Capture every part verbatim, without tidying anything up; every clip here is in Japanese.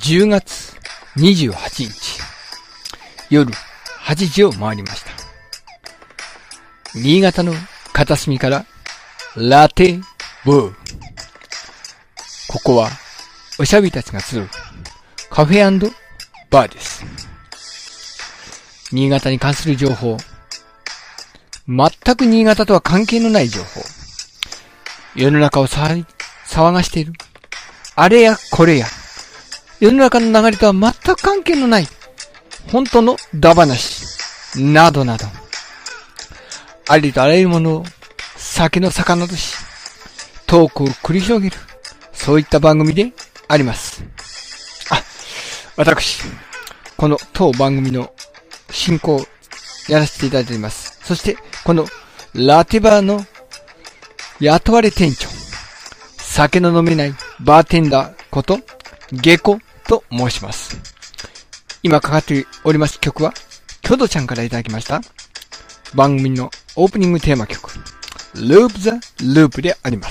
じゅうがつにじゅうはちにち、夜はちじを回りました。新潟の片隅からラテボー。ここはおしゃべりたちが集うカフェ&バーです。新潟に関する情報、全く新潟とは関係のない情報、世の中を騒がしているあれやこれや、世の中の流れとは全く関係のない本当のダ話などなど、ありとあらゆるものを酒の魚としトークを繰り広げる、そういった番組であります。あ、私この当番組の進行をやらせていただいております。そしてこのラテバーの雇われ店長、酒の飲めないバーテンダーことゲコと申します。今かかっております曲はキョドちゃんからいただきました番組のオープニングテーマ曲、ループザループであります。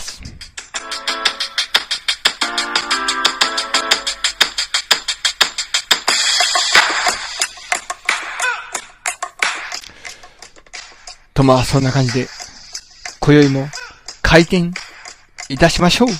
と、まあそんな感じで今宵も開店いたしましょう。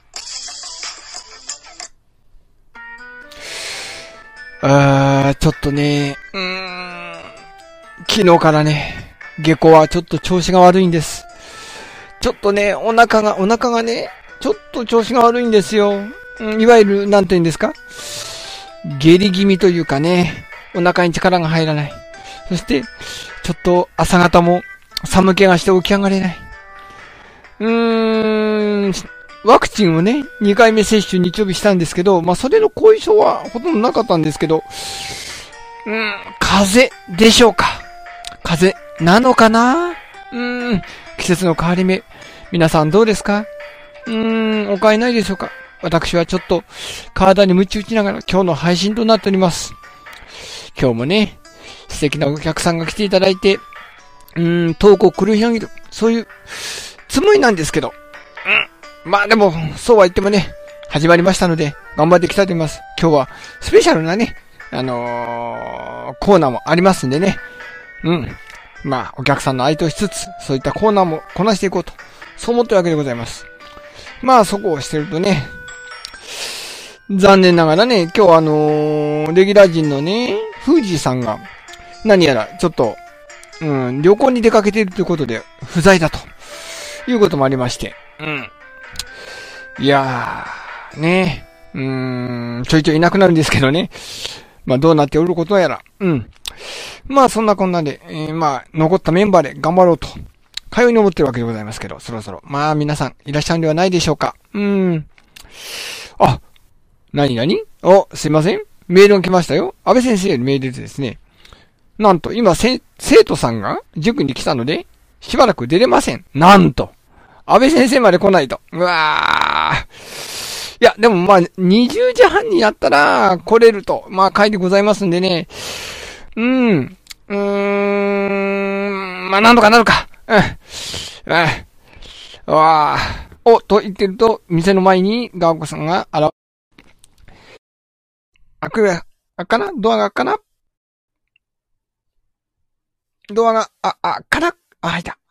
あー、ちょっとね、うーん、昨日からね、下戸はちょっと調子が悪いんです。ちょっとね、お腹が、お腹がね、ちょっと調子が悪いんですよ。うん、いわゆる、なんて言うんですか？下痢気味というかね、お腹に力が入らない。そして、ちょっと朝方も寒気がして起き上がれない。うーん、ワクチンをね、にかいめ接種日曜日したんですけど、まあそれの後遺症はほとんどなかったんですけど、うーん、風邪でしょうか？風邪なのかな？うーん、季節の変わり目、皆さんどうですか？うーん、お変わりないでしょうか？私はちょっと体に鞭打ちながら今日の配信となっております。今日もね、素敵なお客さんが来ていただいて、うーん、トークを繰り広げる、そういうつもりなんですけど、うん、まあでも、そうは言ってもね、始まりましたので、頑張っていきたいと思います。今日はスペシャルなね、あのー、コーナーもありますんでね、うん。まあ、お客さんの相手をしつつ、そういったコーナーもこなしていこうと、そう思ってるわけでございます。まあ、そこをしてるとね、残念ながらね、今日あのー、レギュラー陣のね、フージーさんが、何やら、ちょっと、うん、旅行に出かけているということで、不在だと、いうこともありまして、うん。いやー、ね、うーん、ちょいちょいいなくなるんですけどね、まあ、どうなっておることやら、うん。まあ、そんなこんなで、えー、まあ、残ったメンバーで頑張ろうと、かように思ってるわけでございますけど、そろそろ。まあ、皆さん、いらっしゃるんではないでしょうか。うーん。あ、なになに？お、すいません。メールが来ましたよ。安倍先生よりメールでですね。なんと、今、生徒さんが塾に来たので、しばらく出れません。なんと。安倍先生まで来ないと。うわー。いや、でもまあ、にじゅうじはんになったら、来れると。まあ、書いてございますんでね。うん。うーん。まあ、なんとかなるか。うん。うん。わー。お、と言ってると、店の前に、ガオコさんが現開く、開くかな？ドアが開くかな？ドアが、あ、あ、かな？あ、開いた。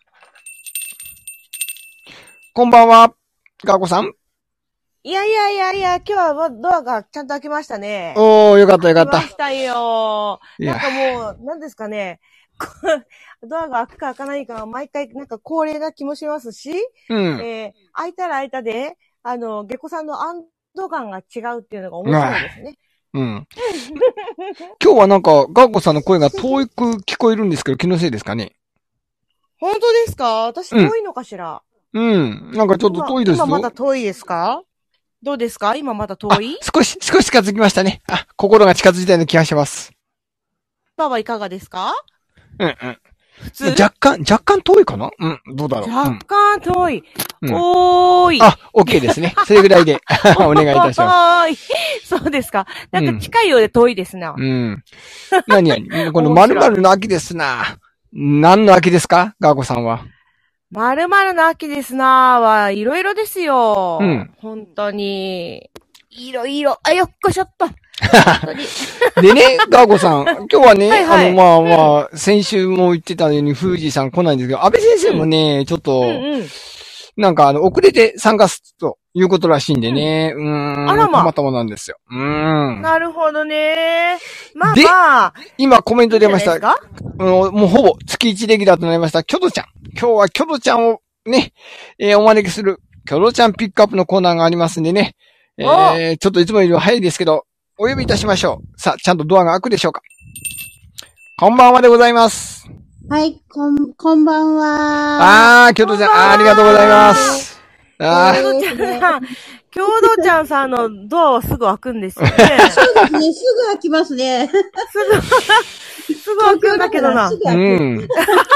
こんばんは、ガオコさん。 いやいやいやいや、今日はドアがちゃんと開きましたね。 おー、よかったよかった。 開きましたよ。なんかもう、なんですかね。ドアが開くか開かないかは毎回なんか恒例な気もしますし、 うん。 えー、開いたら開いたで、あの、ゲコさんの安堵感が違うっていうのが面白いですね。 うん。今日はなんか、ガーコさんの声が遠く聞こえるんですけど、気のせいですかね。 本当ですか？私遠いのかしら、 うん、うん。なんかちょっと遠いですよ。 今まだ遠いですか？どうですか？今まだ遠い？ 少し、少し近づきましたね。あ、心が近づいたような気がします。 今はいかがですか？ うんうん。 普通？ 若干、若干遠いかな？うん、どうだろう。 若干遠い。 うん、 おーい。 あ、OK ですね。それぐらいでお願いいたします。 そうですか。なんか近いようで遠いですな。 うん。うん、何々この〇〇の秋ですな。何の秋ですか？ガーコさんは。 〇〇の秋ですなは、いろいろですよ。 うん。 本当に。いろいろ。あ、よっこしょっと。 でね、ガーゴさん、今日はね、 はいはいあの、まあまあ、先週も言ってたように、フージーさん来ないんですけど、安倍先生もね、ちょっと、 うんうん。 なんかあの、遅れて参加するということらしいんでね、うーん、 あらまたまたまなんですよ。うーん。 なるほどね。まあでまあ。 今コメント出ました。 いいんじゃないですか？ あのもうほぼ月いちレギュラーとなりました、キョドちゃん。今日はキョドちゃんをね、えー、お招きする、キョドちゃんピックアップのコーナーがありますんでね、えー、ちょっといつもよりは早いですけど、お呼びいたしましょう。さあ、ちゃんとドアが開くでしょうか。こんばんはでございます。 はい、こん、こんばんは。 あー、キョドちゃん、あー、ありがとうございます。あキョドちゃんさん、キョドちゃんさんのドアはすぐ開くんですよね。 そうですね、すぐ開きますね。 すぐ、すぐ開くんだけどな。 うん。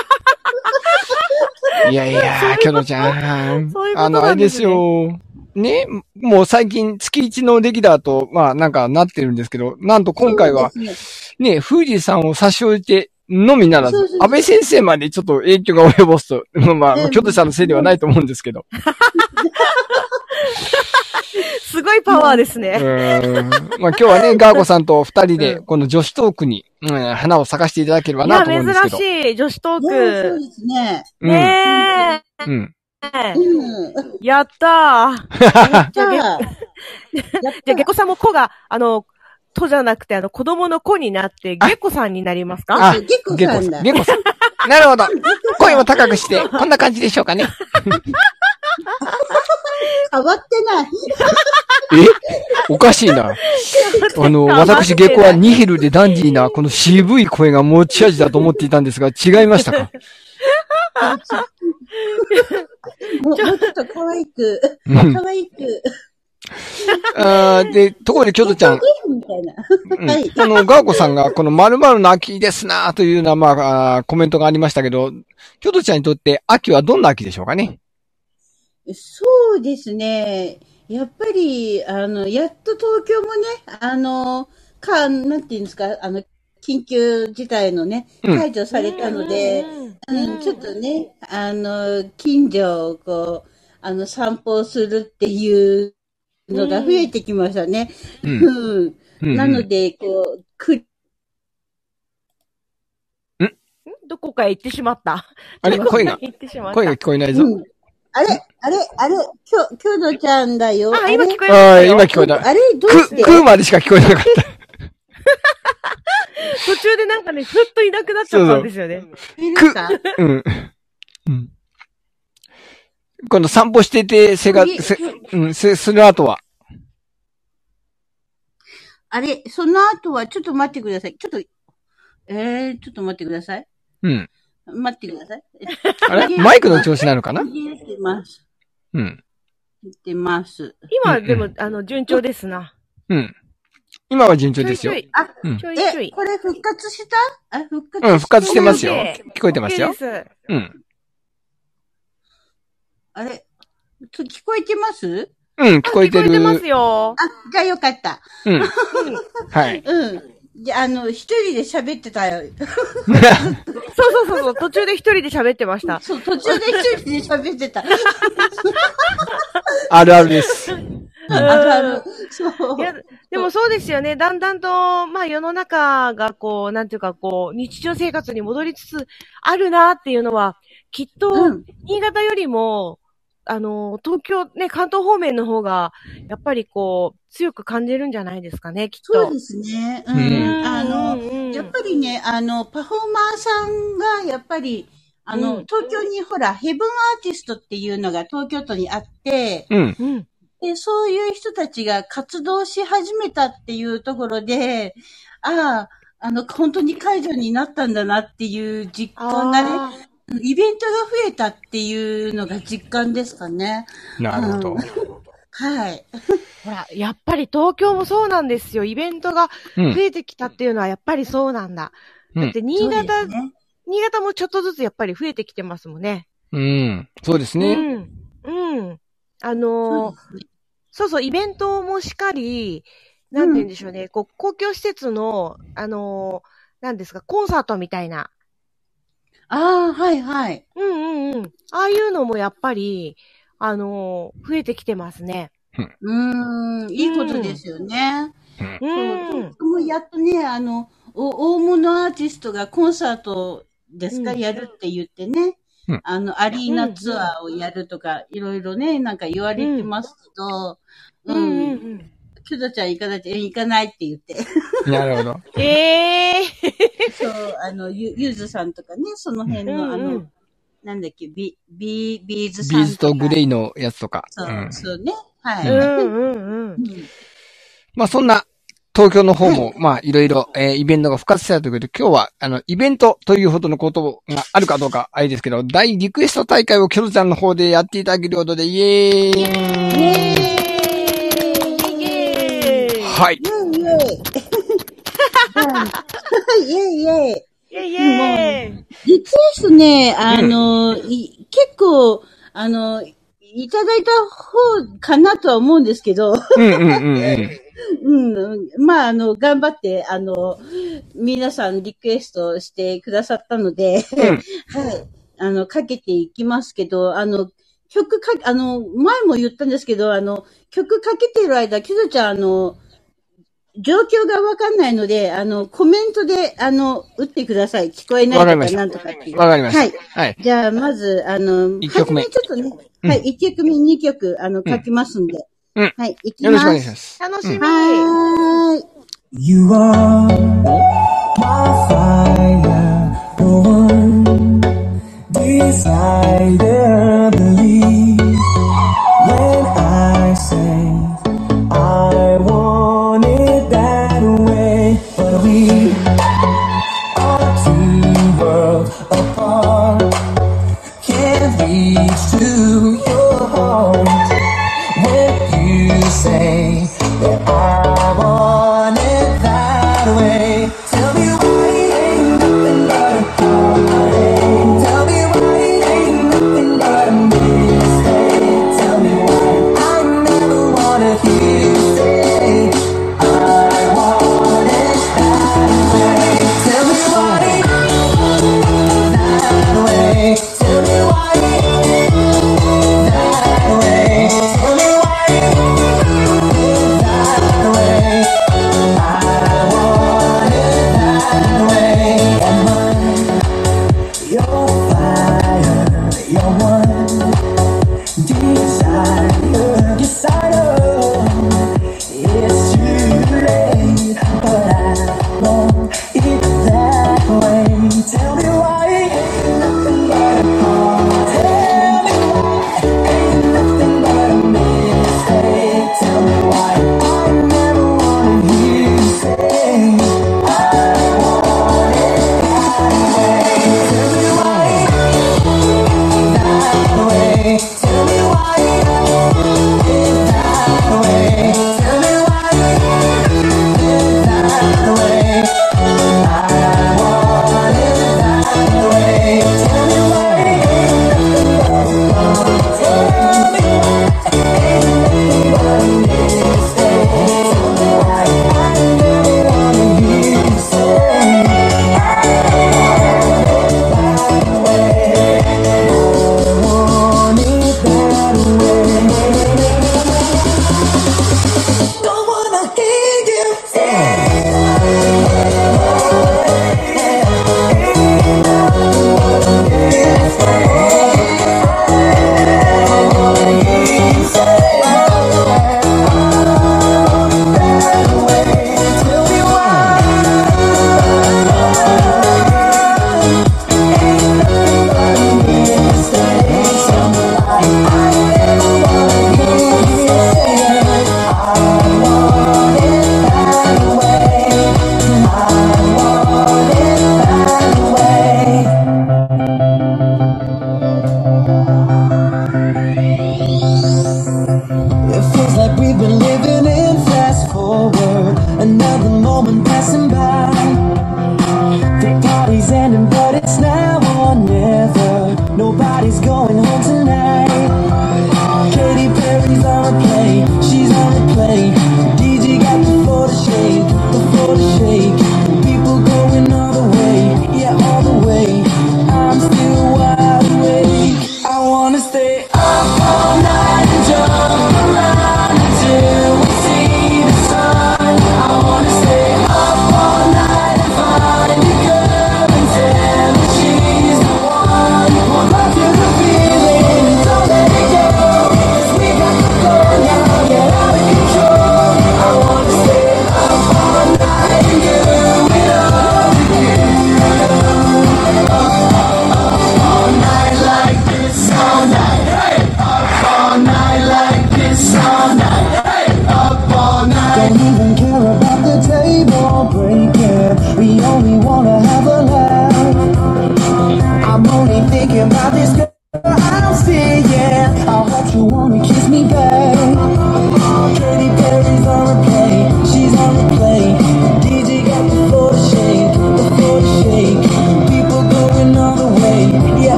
いやいや、キョドちゃん。 そういうことあの、あれですよ。 よ。ね、もう最近月いちのレギュラーと、まあなんかなってるんですけど、なんと今回は、ね、富士さんを差し置いてのみならず、安倍先生までちょっと影響が及ぼすと、まあ、キョドさんのせいではないと思うんですけど。 すごいパワーですね。 うんまあ今日はね、ガーゴさんと二人で、この女子トークに、うん、花を咲かせていただければなと思うんですけど。 いや、珍しい女子トーク。 そうですね。 ねえ。 うん。 やったー。じゃあ、じゃあ、ゲコさんも子が、あの、とじゃなくて、あの、子供の子になって、ゲコさんになりますか？ あ、ゲコさんだ。 ゲコさん。なるほど。声を高くして、こんな感じでしょうかね。 変わってない。 えおかしいな。あの、私、ゲコはニヒルでダンディーな、この渋い声が持ち味だと思っていたんですが、違いましたか？ もうちょっと可愛く、可愛く。 あで、ところで、キョドちゃん。 みたいな。 うん、はい。あの、ガーコさんが、この〇〇の秋ですなというような、まあ、コメントがありましたけど、キョドちゃんにとって秋はどんな秋でしょうかね？ そうですね。やっぱり、あの、やっと東京もね、あの、か、なんていうんですか、あの、緊急事態のね、解除されたので、うんうん、ちょっとね、あの、近所をこう、あの、散歩するっていうのが増えてきましたね。うん。うん、なので、こう、く、んどこかへ行ってしまった。 あれ声が、声が聞こえないぞ。うん、 あれあれあれきょ、きょどちゃんだよ。 あ、今聞こえた。あ、今聞こえた。 あれどうしてく、くまでしか聞こえなかった。 途中でなんかね、ふっといなくなっちゃったんですよね。 く、うん。うん。今度散歩してて、せが、せ、うん、せ、その後は。 あれ、その後は、ちょっと待ってください。ちょっと、えー、ちょっと待ってください。 うん。 待ってください。 あれマイクの調子なのかな？ 言ってます。 うん。 言ってます。 今、でも、あの、順調ですな。 うん。今は順調ですよ。 ちょいちょい。 あ、 うん、ちょいちょい。 これ復活したあ、復活した。 うん、復活してますよ。聞こえてますよ。うん。 あれ聞こえてます？ うん、聞こえてる。 聞こえてますよ。 あ、じゃあよかった。 うん。はい。 うん。じゃあ、あの、一人で喋ってたよ。 そうそうそうそう、途中で一人で喋ってました。 そう、途中で一人で喋ってた。 あるあるです。 あるある。そう。 いや、でもそうですよね。だんだんと、まあ世の中がこう、なんていうかこう、日常生活に戻りつつあるなっていうのは、きっと、新潟よりも、あの、東京ね、関東方面の方が、やっぱりこう、強く感じるんじゃないですかね、きっと。 そうですね。うん。うん、あの、うん、やっぱりね、あの、パフォーマーさんが、やっぱり、あの、うん、東京にほら、ヘブンアーティストっていうのが東京都にあって、 うん。 で、そういう人たちが活動し始めたっていうところで、ああ、あの、本当に解除になったんだなっていう実感がね、イベントが増えたっていうのが実感ですかね。 なるほど。うん、 はい。 ほら、やっぱり東京もそうなんですよ。イベントが増えてきたっていうのはやっぱりそうなんだ。うん、だって新潟、ね、新潟もちょっとずつやっぱり増えてきてますもんね。 うん。そうですね。 うん。うん。あのー、そう、ね、そうそう、イベントもしかり、なんて言うんでしょうね。うん、こう、公共施設の、あのー、なんですか、コンサートみたいな。 ああ、はいはい。 うんうんうん。ああいうのもやっぱり、あのー、増えてきてますね。 うーん、いいことですよね。 うん。 やっとね、あの、お大物アーティストがコンサートですか、うん、やるって言ってね、うん、あの、アリーナツアーをやるとか、いろいろね、なんか言われてますけど、うん。うんうんうんキュドちゃん行かないって、行かないって言って。 なるほど。 ええー。 そう、あの、ゆ、ゆずさんとかね、その辺の、うんうん、あの、なんだっけ、ビ、ビ、ビーズさんとか。 ビーズとグレイのやつとか。 そう、うん、そうね。はい。 うんうんうん。うん、 まあそんな、東京の方も、まあいろいろ、えー、イベントが復活したということで、今日は、あの、イベントというほどのことがあるかどうか、あれですけど、大リクエスト大会をキョロちゃんの方でやっていただけることで、イエーイイエーイはい。イェイイェイ。 イェイイェイ。 イェイイェイ。 リクエストね、あの、うん、い結構、あの、いただいた方かなとは思うんですけど。 うんうんうんうん。 うん。まあ、あの、頑張って、あの、皆さんリクエストしてくださったので、うん、はい。あの、かけていきますけど、あの、曲か、あの、前も言ったんですけど、あの、曲かけてる間、キズちゃん、あの、状況がわかんないので、あの、コメントで、あの、打ってください。聞こえないとかなんとかっていう。 わかりました。 はい。はい。じゃあ、まず、あの、 いっきょくめ。 ちょっとね、うん、はい、いっきょくめにきょく、あの、書きますんで。 うん。 はい、いきます。 よろしくお願いします。 楽しみ。 はーい。 You are my fire, the one desire, believe when I say I want it that way, but we are two worlds apart, can't reach to your heart when you say that I want it that way. Tell me why it ain't nothing but a party. Tell me why it ain't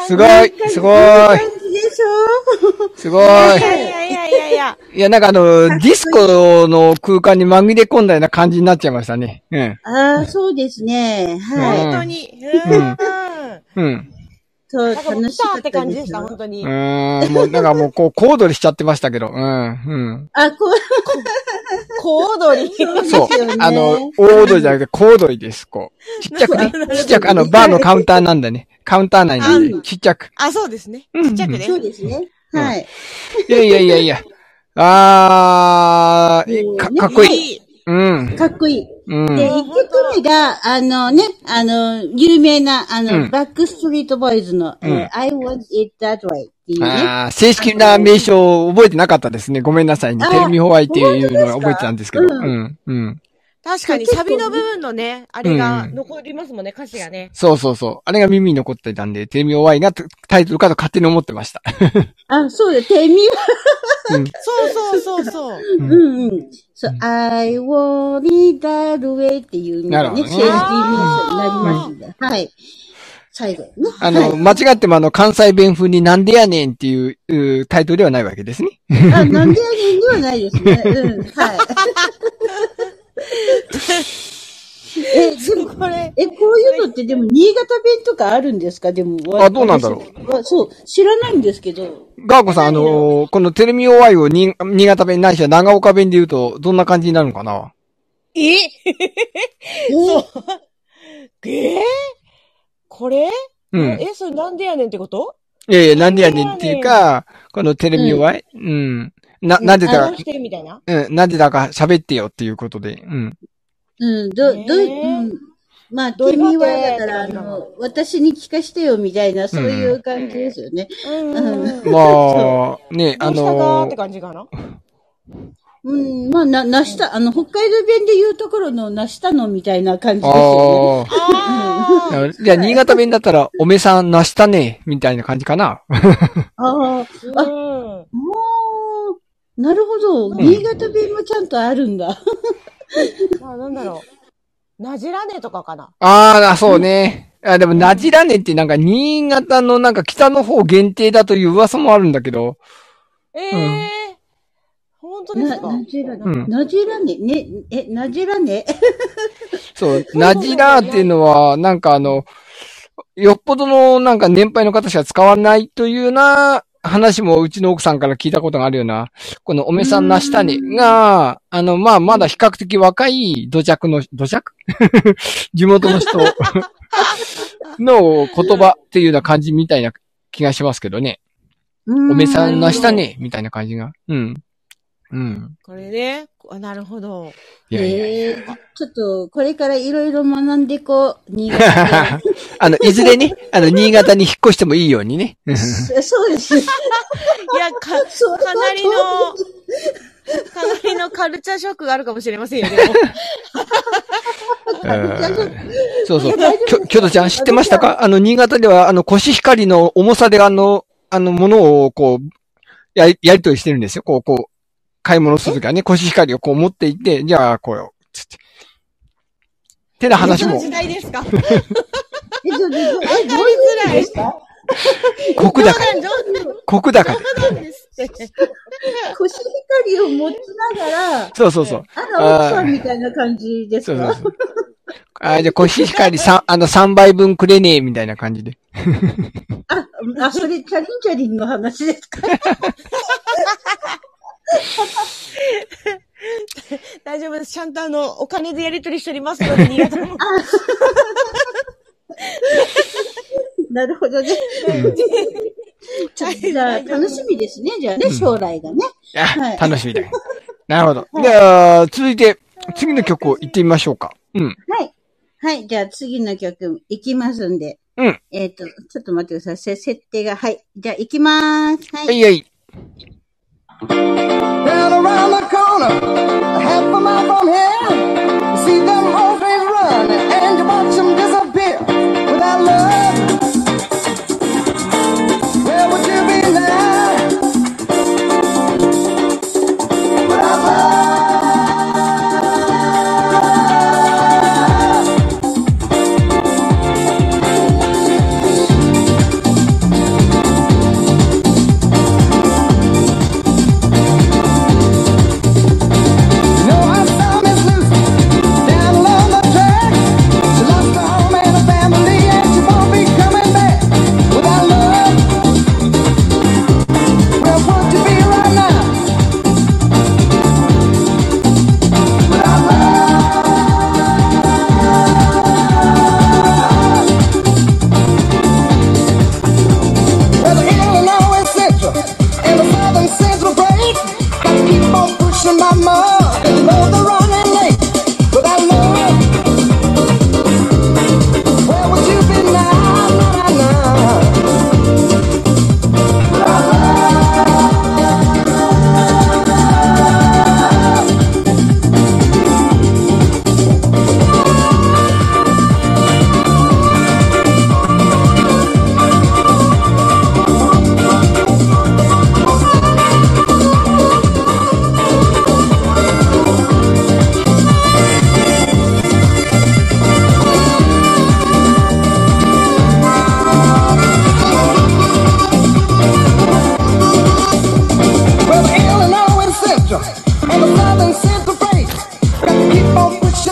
すごい、すごい。 感じでしょすごい。 いやいやいやいやいや。 いや、なんかあの、ディスコの空間に紛れ込んだような感じになっちゃいましたね。うん。 ああ、そうですね。はい。 本当に。 うん。うん。 そう、 なんかもう楽しか来たってったで感じですした、本当に。 うーん、もうなんかもうこう、小躍りしちゃってましたけど。うん、うん。 あ、こう、 小踊り。 そうですよね。 あの、大踊りじゃなくて小踊りです。こう。ちっちゃくね。ちっちゃく、あの、バーのカウンターなんでね。カウンター内なんで、ちっちゃく。 あ、そうですね。 うんちっちゃくね。 そうですね。はい。 いやいやいやいや。あー、かかっこいい。 いい。 うん。 かっこいい。 うん。 で、一曲目が、あのね、あの、有名な、あの、 うんバックストリートボーイズの、 うんえー I want it that way っていうね。 あー、正式な名称を覚えてなかったですね。ごめんなさいね。テレビホワイっていうのは覚えてたんですけど。う本当ですかん。うん。 確かに、サビの部分のね、あれが残りますもんね、歌詞がね。 そうそうそう。あれが耳に残ってたんで、テレビホワイがタイトルかと勝手に思ってました。 あ、そうだ、手見は、 うん。 そうそうそうそう。 うんうん。そう、I want it that way っていうのがね、 なるほどね正式名称になりますんで。はい。最後ね。 あの、間違ってもあの、関西弁風になんでやねんっていううタイトルではないわけですね。 あ、なんでやねんではないですね。うん、はい。え、でも、 これ、 え、こういうのってでも、新潟弁とかあるんですかでも、 あどうなんだろう。わそう、知らないんですけど。 ガーコさん、あのーこのテレビホワイを新新潟弁ないしは長岡弁で言うと、どんな感じになるのかなえええー、これうん。 え、それなんでやねんってこと？ いやいや、なんでやねんっていうか、このテレビホワイうん。な、なんでだかどう、してみたいな。 うん、なんでだか喋ってよっていうことで、うん。 うん、ど、ど、 えーうん。まあ、 どういうわけ手見はだから、あって感じかなの、私に聞かしてよみたいな、そういう感じですよね。 うんうんうん。 まあ、ね、あどうしたかのーって感じかな。 うん、まあ、な、なした、あの、北海道弁で言うところのなしたのみたいな感じですよね。 あああ。じゃあ、新潟弁だったら、おめさんなしたね、みたいな感じかな。 ああ、 あ。 あ、 うん。 もう、なるほど。 ん新潟弁もちゃんとあるんだ。 まあ、なんだろう。なじらねとかかな。 ああ、そうね。あでも、なじらねってなんか、新潟のなんか北の方限定だという噂もあるんだけど。 ええー。本当ですな、 か？ なじら、 うんなじらね、ね、え、なじらね。 そう、なじらっていうのは、なんかあの、よっぽどのなんか年配の方しか使わないというような話もうちの奥さんから聞いたことがあるような、このおめさんなしたねが、あの、まあ、まだ比較的若い土着の、土着地元の人の言葉っていうような感じみたいな気がしますけどね。おめさんなしたねみたいな感じが。うん。うん。 これね。あなるほど。 いやいやいや。 えー、ちょっと、これからいろいろ学んでいこう。新潟弁。 あの、いずれね、あの、新潟に引っ越してもいいようにね。 そうです。 いや、か、 そうかなりの、かなりのカルチャーショックがあるかもしれませんよ、でも。 そうそう。きょ、きょとちゃん知ってましたか？あの、新潟では、あの、コシヒカリの重さであの、あの、ものを、こう、やり、やりとりしてるんですよ。こう、こう、買い物するときはね、コシヒカリをこう持っていって、じゃあ、こうよ、つって。てな話もその時。代ですか？ え、ど、ど、ど、え、どういう意味ですか？ コクだから。 冗談、 コクだから。 冗談ですって。 コシヒカリを持ちながら、 そうそうそう。 あら、奥さんみたいな感じですか？ そうそうそう。あ、じゃあ、コシヒカリさん、あの、三倍分くれねえ、みたいな感じで。 あ、あ、それ、チャリンチャリンの話ですか？ 大丈夫です。ちゃんとあの、お金でやり取りしておりますので、新潟も。 なるほどね。ちょっとじゃあ、楽しみですね。じゃあね、将来がね。 あ、 はい楽しみだよ。なるほど。じゃあ、続いて、次の曲を言ってみましょうか。うん。 はい。はい。じゃあ、次の曲、いきますんで。 うん。 えっと、ちょっと待ってください。せ設定が。はい。じゃあ、いきまーす。は。 はいいはい。 Down around the corner, half a mile from here, you see them old trains run, and you watch them disappear. Without love, where would you be now? Without love.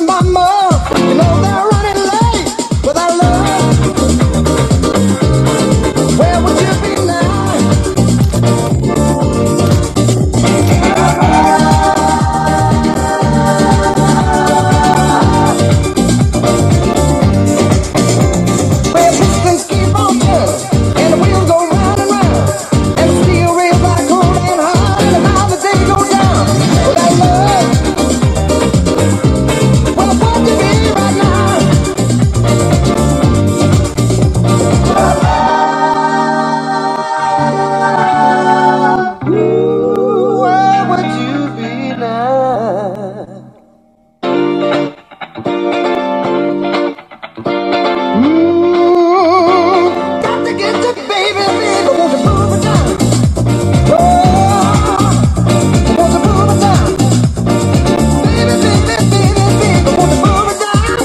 mama, you know they're running late without love. Where would you be now? Where pistons keep on turning and the wheels go round and round, and the steel rails are cold and hard, and how the day goes down without love. Well, what you be right now? Ooh, where would you be now? Ooh, got to get your baby, baby, won't you move it down? Oh, won't you move it down? Baby, baby, baby, baby, won't you move it down?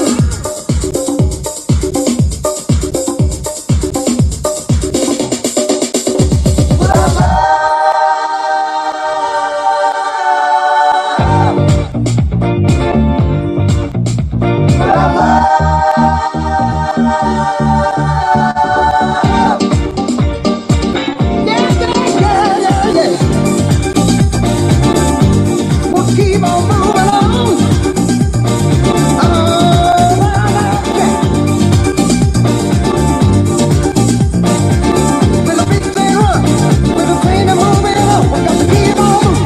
Yeah, yeah, yeah, yeah, yeah. We'll keep on moving on. Oh, yeah. When the beat they run, when the train is moving on, we got to keep on moving.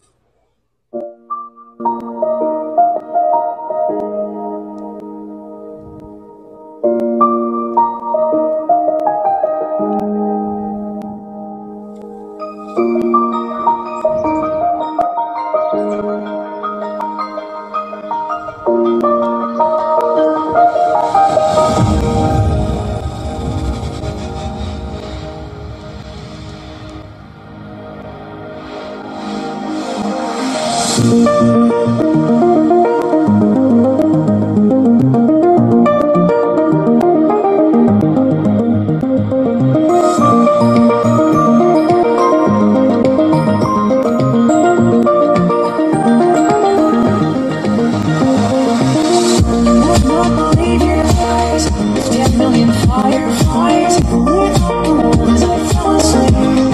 Would not believe your lies. With ten million fireflies lit up the world as I fell asleep.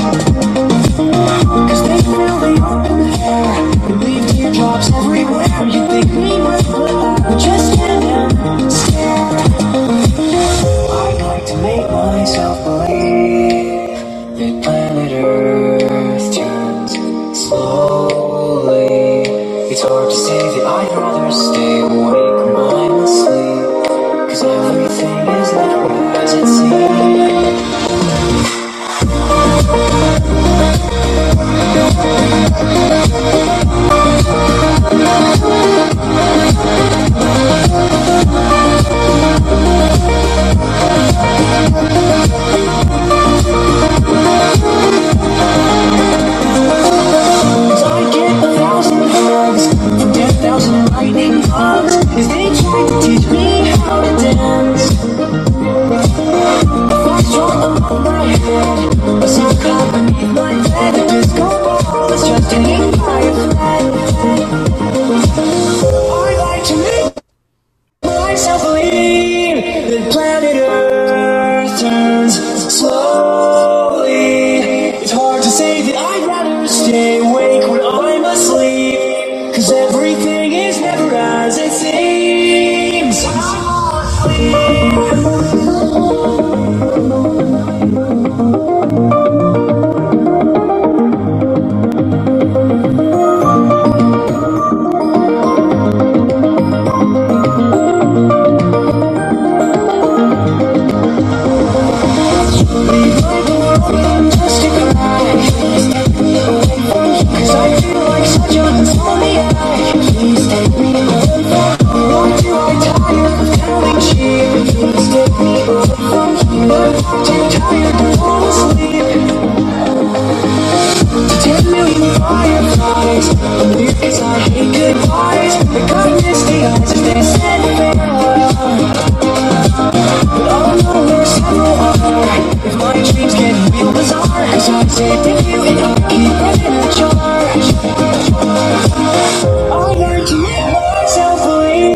'Cause they fill the open air and leave teardrops everywhere. You think me worth, but I would just stand and stare. I'd like to make myself believe that planet Earth turns slowly. It's hard to say that I'd rather stay awake when I'm asleep, 'cause everything is never as it seems. Cause I get a thousand hugs from ten thousand lightning bugs as they try to teach me how to dance. A fox trot above my head, a sound cloud beneath my bed, a disco ball is just hanging by a thread. I like to make myself believe that planet Earth turns slowly. It's hard to say that I'd rather stay awake when I'm asleep, 'cause everything is never as it seems. Leave my door open just to cry. Please take me away from you, 'cause I feel like such a insomniac. Please take me away from you. Why do I tire of counting sheep? Please take me away from you. I'm too tired to fall asleep. To ten million fireflies, the lyrics I hate goodbyes. They got misty eyes as they said farewell. But all know where several are. If my dreams get real bizarre, 'cause I say thank you and I'll keep running a charge. I learned to make myself believe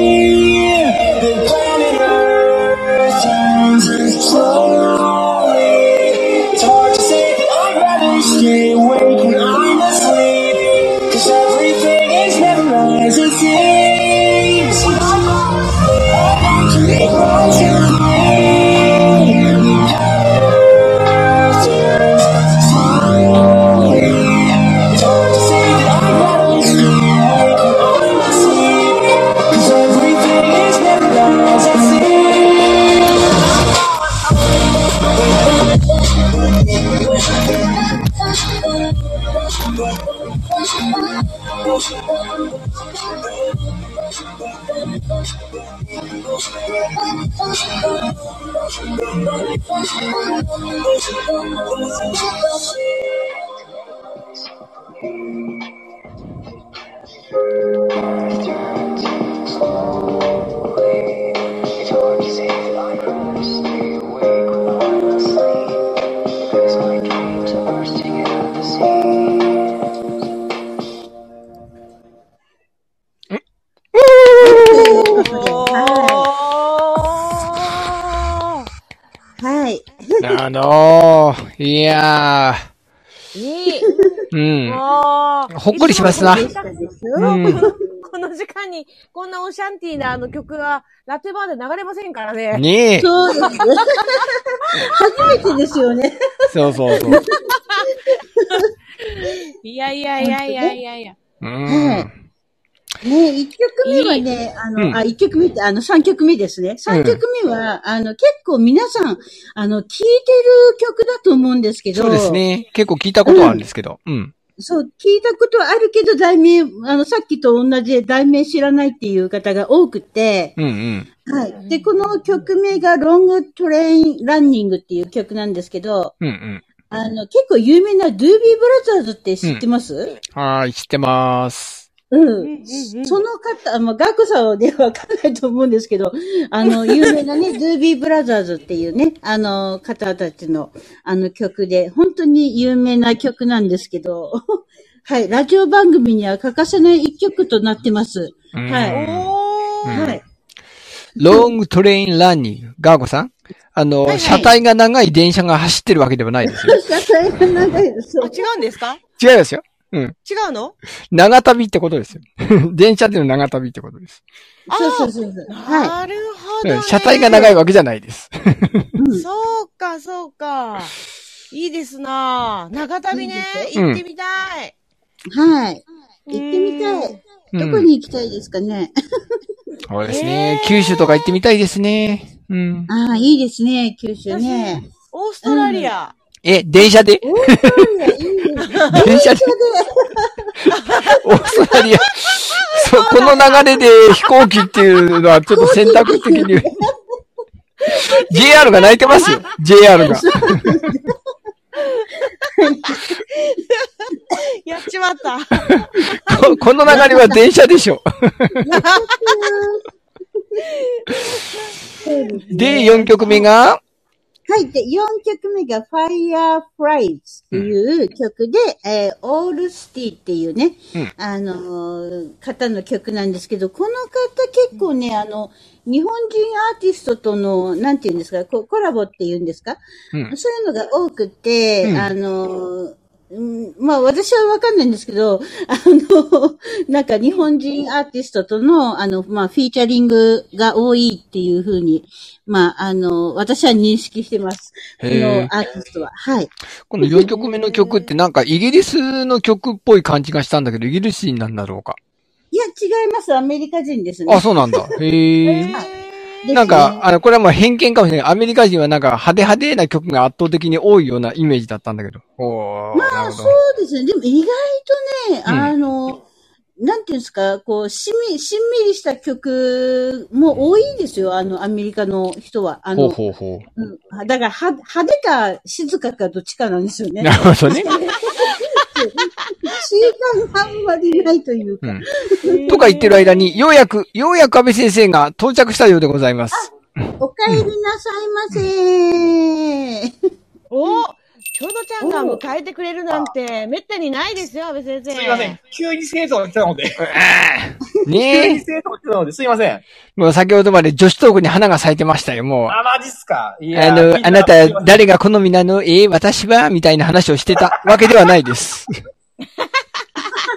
seems to make myself it's hard to say that I'd rather stay on my sleep, 'cause everything is never as it It's hard to say that I'd rather stay awake when I'm asleep, because my dreams are bursting at the はい。 あのー、いやいい。 ー、うん。 もう、 ほっこりしますな。 でしたですよ。 うん。 この時間に、こんなオシャンティーなあの曲が、ラテバーで流れませんからね。 ねえ。 そうですね。初めてですよね。 そうそうそう。 いやいやいやいやいやいや。 うん。 ね一曲目はね、あの、 うんあ、一曲目って、あの、三曲目ですね。三曲目は、あの、結構皆さん、あの、聴いてる曲だと思うんですけど。 そうですね。結構聞いたことはあるんですけど。うん。 そう、聞いたことはあるけど、題名、あの、さっきと同じで題名知らないっていう方が多くて、 うんうん。 はい。で、この曲名がロングトレインランニングっていう曲なんですけど、 うんうん。 あの、結構有名なドゥービーブラザーズって知ってます？ はーい、知ってまーす。 うん。 うんうんその方、まあ、ガクさんはね、わかんないと思うんですけど、あの、有名なね、ドゥービーブラザーズっていうね、あの、方たちの、あの曲で、本当に有名な曲なんですけど、はい、ラジオ番組には欠かせない一曲となってます。 うんはい。 おー。 はい。 ロングトレインランニング。ガーゴさんあの、 はいはい車体が長い電車が走ってるわけではないですよ。 車体が長いです。そう違うんですか？ 違いますよ。うん。 違うの？ 長旅ってことですよ。電車での長旅ってことです。 そうそうそうそう。はなるほど、ね。 うん車体が長いわけじゃないです。 い。うん。 そうか、そうか。いいですなぁ。長旅ね。 いいでしょ行ってみたい。 はい。行ってみたい。 うんどこに行きたいですかね。 そうですね。九州とか行ってみたいですね。うん。 ああ、いいですね、九州ね。 オーストラリア。 え、電車でオーストラリアいいです。 電車でオーストラリア。そう、この流れで飛行機っていうのはちょっと選択的に。ジェイアール が泣いてますよ。ジェイアール が。 やっちまった。 こ, この流れは電車でしょ。で、よんきょくめがはい。で、よんきょくめが Fireflies っていう曲で、うん、えー、オールスティっていうね、うん、あのー、方の曲なんですけど、この方結構ね、あの、日本人アーティストとの、なんていうんですか、ココラボっていうんですか、うん、そういうのが多くて、うん、あのー、うん、まあ私はわかんないんですけど、あの、なんか日本人アーティストとの、あの、まあフィーチャリングが多いっていうふうに、まああの、私は認識してます。このアーティストは。はい。 このよんきょくめの曲ってなんかイギリスの曲っぽい感じがしたんだけど、イギリス人なんだろうか。 いや、違います。アメリカ人ですね。 あ、そうなんだ。へー。なんか、あの、これはもう偏見かもしれない。アメリカ人はなんか派手派手な曲が圧倒的に多いようなイメージだったんだけど。おー、 まあ、そうですね。でも意外とね、うん、あの、なんていうんですか、こう、しんみ、しんみりした曲も多いですよ。あの、アメリカの人は。あの、 ほうほうほう。 うん、だから、は、派手か静かかどっちかなんですよね。 なるほどね。 習慣があんまりないというか、 うん。とか言ってる間に、ようやく、ようやく安倍先生が到着したようでございます。 お帰りなさいませー。 おちょうどちゃんが迎えてくれるなんて、めったにないですよ、安倍先生。 すいません。急に生徒が来たので。 ねえ。 急に生徒が来たので、すいません。 もう先ほどまで女子トークに花が咲いてましたよ、もう。 あ、マジっすか。いやあの、あなた、誰が好みなのえー、私はみたいな話をしてたわけではないです。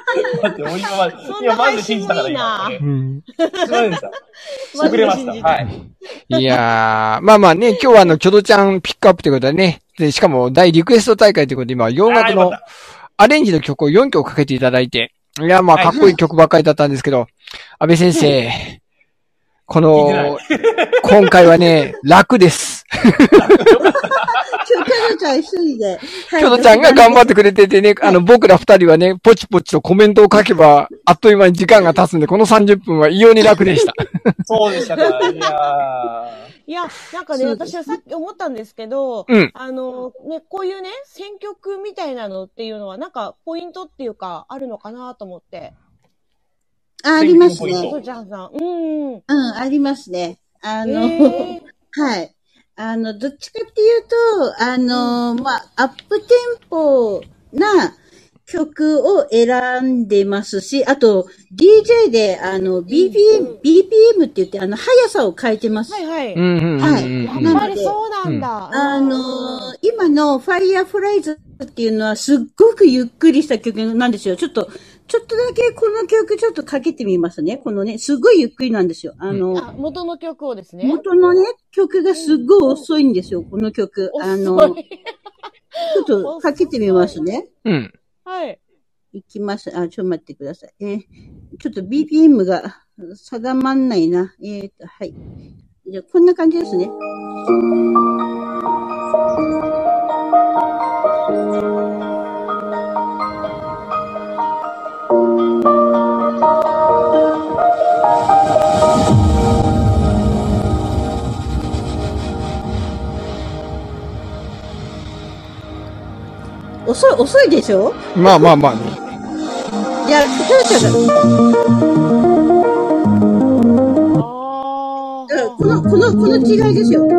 だって、もう今まで、今マジで信じたから、今。 そんな配これうん。 すいませんでした。 マジ遅れました。 で信じたはい。 いやー、まあまあね、今日はあの、チョドちゃんピックアップということでね、で、しかも大リクエスト大会ということで、今、洋楽のあーよかったアレンジの曲をよんきょくかけていただいて、いや、まあ、 はいかっこいい曲ばっかりだったんですけど、安倍先生、この、今回はね、楽です。 今日、キャドちゃん一人で。 キョドちゃんが頑張ってくれててね、あの、僕ら二人はね、ポチポチとコメントを書けば、あっという間に時間が経つんで、このさんじゅっぷんは異様に楽でした。 そうでしたか。いやいや、なんかね、 そうです私はさっき思ったんですけど、 うん。 あの、ね、こういうね、選曲みたいなのっていうのは、なんか、ポイントっていうか、あるのかなと思って。 あ、あります選挙ポイントね。 とちゃんさん。うん。 うん、ありますね。あの、 えはい。あの、どっちかっていうと、あの、まあ、アップテンポな曲を選んでますし、あと、ディージェー で、あの、ビーピーエム、ビーピーエム って言って、あの、速さを変えてます。 はいはい。 うん、うん、うん。 はいうんやっぱりそうなんだ。 あの、今の Fireflies っていうのはすっごくゆっくりした曲なんですよ。ちょっと、ちょっとだけこの曲ちょっとかけてみますね。このね、すごいゆっくりなんですよ。あの、 あ、元の曲をですね。 元のね、曲がすっごい遅いんですよ、この曲。あの、 遅いちょっとかけてみますね。 うん。 はい。 いきます。あ、ちょっと待ってください。えーちょっと ビーピーエム が定まんないな。えーと、はい。じゃあ、こんな感じですね。遅い、遅いでしょ？ まあまあまあね。 じゃあ、ちょっと、 あー。 この、この、この違いですよ。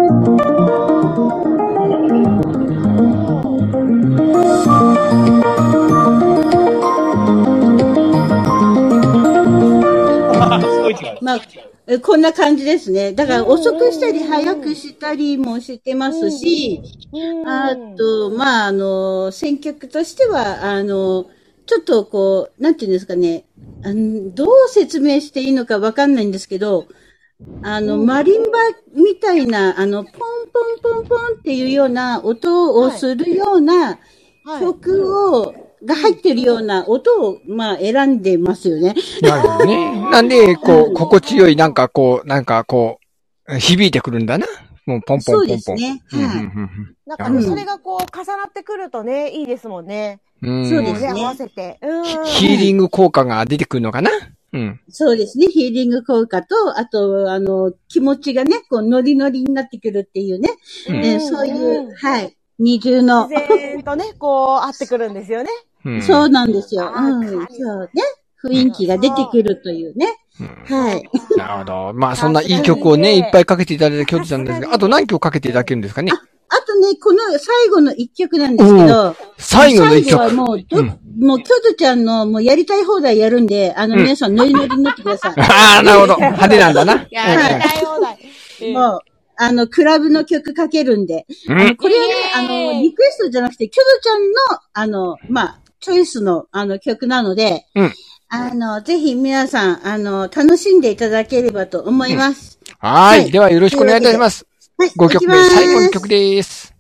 ー。すごい違う。 まあ、えこんな感じですね。だから遅くしたり早くしたりもしてますし、 うんあと、まあ、あの、選曲としては、あの、ちょっとこう、なんていうんですかね、あのどう説明していいのかわかんないんですけど、あの、マリンバみたいな、あの、ポンポンポンポンっていうような音をするようなはい。 曲を、が入ってるような音を、まあ、選んでますよね。 なるほどね。なんで、こう、心地よい、なんかこう、なんかこう、響いてくるんだな。もうポンポンポンポン。 そうですね。 うんうんはい。 うんなんかね、それがこう、重なってくるとね、いいですもんね。 うん。 そうですねね、合わせて。うん。 ヒーリング効果が出てくるのかな。うん。 そうですね。ヒーリング効果と、あと、あの、気持ちがね、こう、ノリノリになってくるっていうね。 うんえーそういう、はい。二重の。 自然とね、こう、合ってくるんですよね。 うん。 そうなんですよ。 あーうん。そうね。雰囲気が出てくるというね。はい。 なるほど。まあ、そんないい曲をね、いっぱいかけていただいた京都ちゃんですが、あと何曲かけていただけるんですかね。 あとね、この最後の一曲なんですけど、 最後の一曲。 最後はもう、ど、 うんもう、キョドちゃんの、もうやりたい放題やるんで、あの、皆さんノリノリになってください。 ああ、なるほど。派手なんだな。 やりたい放題。うんもう、あの、クラブの曲かけるんで。 うんあのこれはね、あイエーイの、リクエストじゃなくて、キョドちゃんの、あの、まあ、チョイスの、あの、曲なので、 うんあの、ぜひ皆さん、あの、楽しんでいただければと思います。 はーい。 はいではよろしくお願いいたします。 はい。 ごきょくめ、 いきます最後の曲です。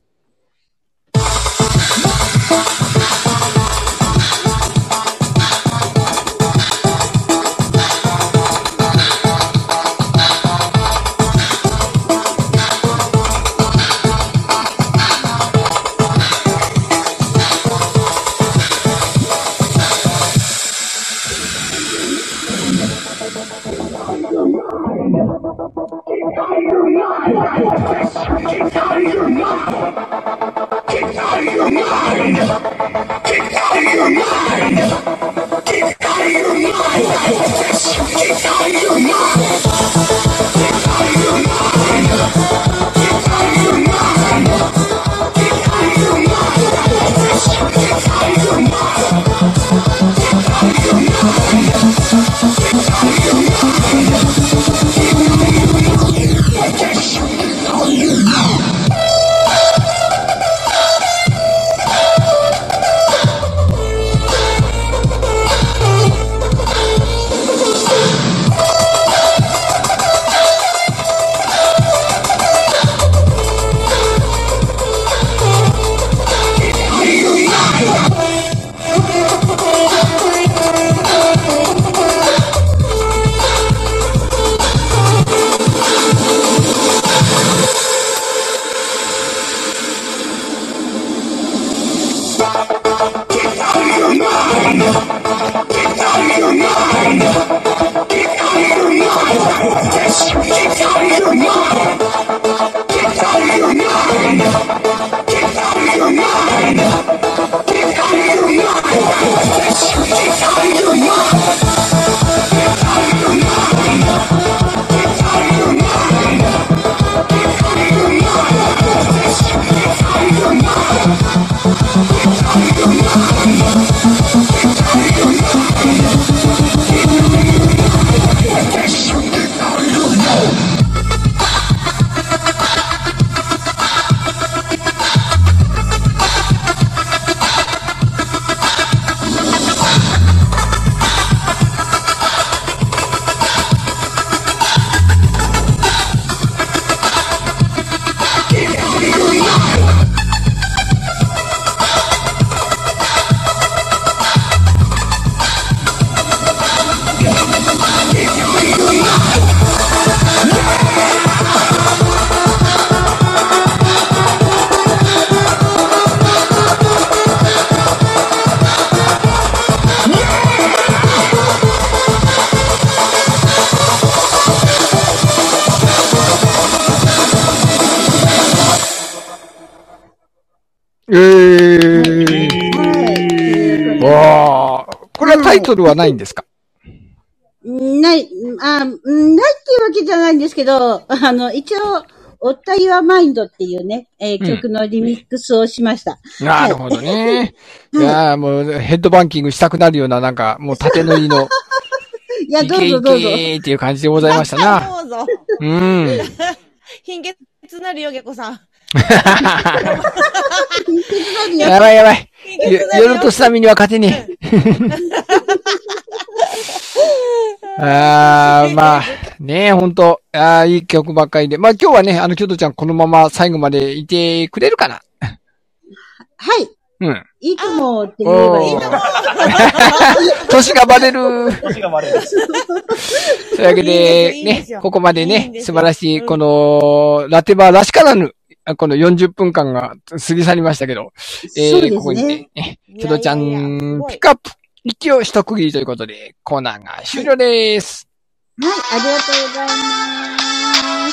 えー。わー。これはタイトルはないんですか？ ない、あ、ないっていうわけじゃないんですけど、あの、一応、オッタイワマインドっていうね、えー、曲のリミックスをしました。 うん、なるほどね。はい、いやーもうヘッドバンキングしたくなるような、なんか、もう縦乗りの。 いや、どうぞどうぞ。 いけいけーっていう感じでございましたな。 どうぞ。 うん。 貧血なるよ、ゲコさん。 やばいやばい。夜とスタミには勝てねえ。あー、まあ、ねえ、ほんと、ああ、いい曲ばっかりで。まあ今日はね、あの、キョトちゃんこのまま最後までいてくれるかな？ はい。 うん。 いいともって言えばいい。 年がバレる。 年がバレる。 というわけで、ね、ここまでね、素晴らしい、この、ラテバーらしからぬ、このよんじゅっぷんかんが過ぎ去りましたけど、えー、ここにね、キョトちゃん、ピックアップ、一応一区切りということで、コーナーが終了です。 はい、ありがとうございます。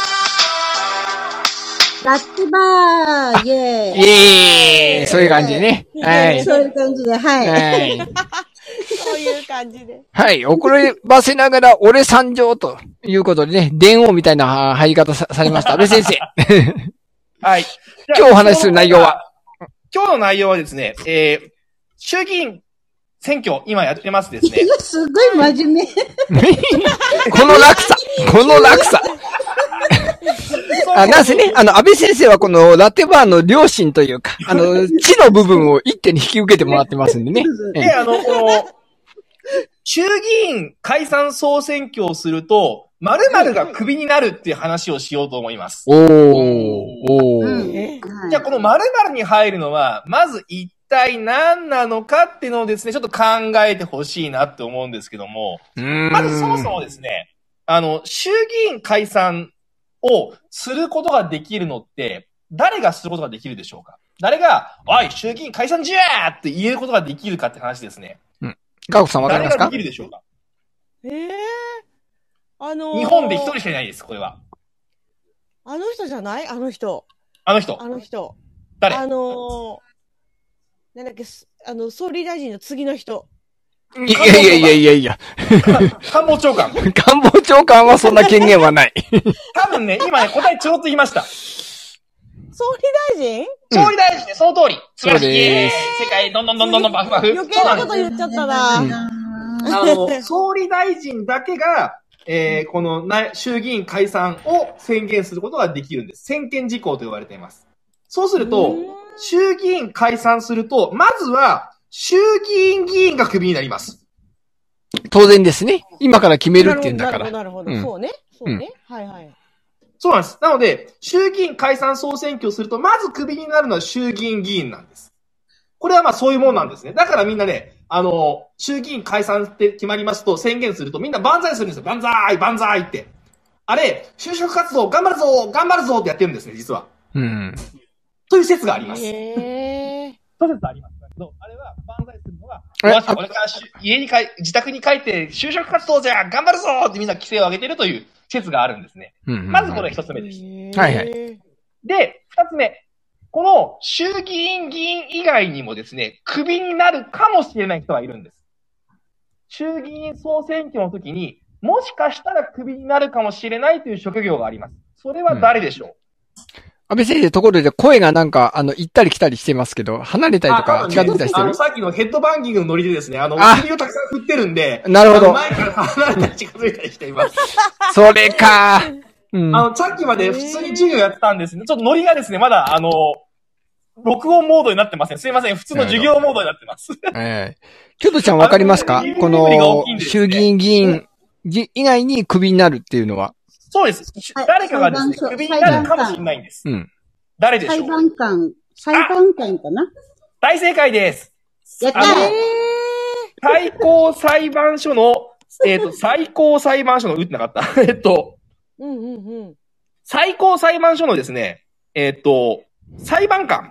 ラッツバーイェーイイェーイそういう感じでね。はい。 そういう感じで、はい。はい。 そういう感じで。 はい。遅ればせながら、俺参上ということでね、電王みたいな入り方されました。安倍先生。 はい。 今日お話しする内容は今日の内容はですね、えー、衆議院選挙、今やってますですね。 いや、すごい真面目。 この落差この落差あ、なんせね、あの、安倍先生はこのラテバーの両親というか、あの、知の部分を一手に引き受けてもらってますんでね。 で、あの、この、衆議院解散総選挙をすると、〇〇がクビになるっていう話をしようと思います。 おー、おー。 うん、 じゃあ、この〇〇に入るのは、まず一体何なのかっていうのをですね、ちょっと考えてほしいなって思うんですけども、まずそもそもですね、あの、衆議院解散をすることができるのって、誰がすることができるでしょうか？誰が、おい、衆議院解散じゃーって言えることができるかって話ですね。 うん。ガオさんわかりますか？ 誰ができるでしょうか？ ええー、あのー、 日本で一人しかいないです、これは。 あの人じゃない？あの人。 あの人。 あの人。 誰？ あのー、なんだっけ、あの、総理大臣の次の人。 いやいやいやいやいや。 官房長官。 官房長官はそんな権限はない。 多分ね、今ね、答えちょろっと言いました。 総理大臣？ 総理大臣ね、その通り。 そうです。 世界どんどんどんどんどんバフバフ。 余計なこと言っちゃったな。うん、 あの、総理大臣だけが、えー、この衆議院解散を宣言することができるんです。専権事項と呼ばれています。そうすると、衆議院解散すると、まずは、衆議院議員がクビになります。 当然ですね。今から決めるっていうんだから。 なるほど、なるほど。うん、そうね。そうね、うん。はいはい。 そうなんです。なので、衆議院解散総選挙をすると、まずクビになるのは衆議院議員なんです。これはまあそういうもんなんですね。だからみんなね、あの、衆議院解散って決まりますと宣言するとみんな万歳するんですよ。万歳万歳って。あれ、就職活動頑張るぞ頑張るぞってやってるんですね、実は。 うん。 という説があります。 へー。 という説ありますけど、あれは万歳するのは、これから家に帰、自宅に帰って就職活動じゃ頑張るぞってみんな規制を上げてるという説があるんですね。 うんうんうん、 まずこれ一つ目です。 はいはい。 で、二つ目。この衆議院議員以外にもですね、クビになるかもしれない人がいるんです。衆議院総選挙の時に、もしかしたらクビになるかもしれないという職業があります。それは誰でしょう？うん、 安倍先生、ところで声がなんか、あの、行ったり来たりしてますけど、離れたりとか、近づいたりしてる？ あの、さっきのヘッドバンギングのノリでですね、あの、首をたくさん振ってるんで、 なるほど。 前から離れたり近づいたりしています。 それかうん、あの、さっきまで普通に授業やってたんですね。ちょっとノリがですね、まだ、あの、録音モードになってません。すいません。普通の授業モードになってます。 ええー。キョトちゃんわかりますか？この、衆議院議員以外にクビになるっていうのは。 そうです。誰かがですね、クビになるかもしれないんです。うん。誰でしょう？ 裁判官、裁判官かな？ 大正解です。 やったー！ 最高裁判所の、えっと、最高裁判所の、打ってなかった。えっと、 うんうんうん。 最高裁判所のですね、えっと、裁判官。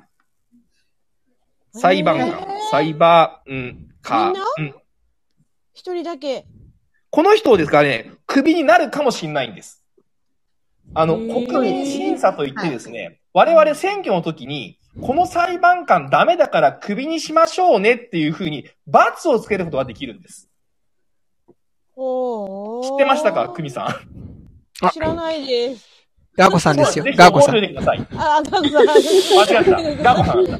裁判官。裁判官。 うん。一人だけ。 この人ですからね、クビになるかもしれないんです。あの、国民審査といってですね、我々選挙の時に、 この裁判官ダメだからクビにしましょうねっていう風に罰をつけることができるんです。 おー。 知ってましたか、久美さん。 知らないです。 ガーコさんですよ。 ぜひガーコさん。 覚えておいてください。 あ、ガーコさん。 間違った。ガーコさんだった。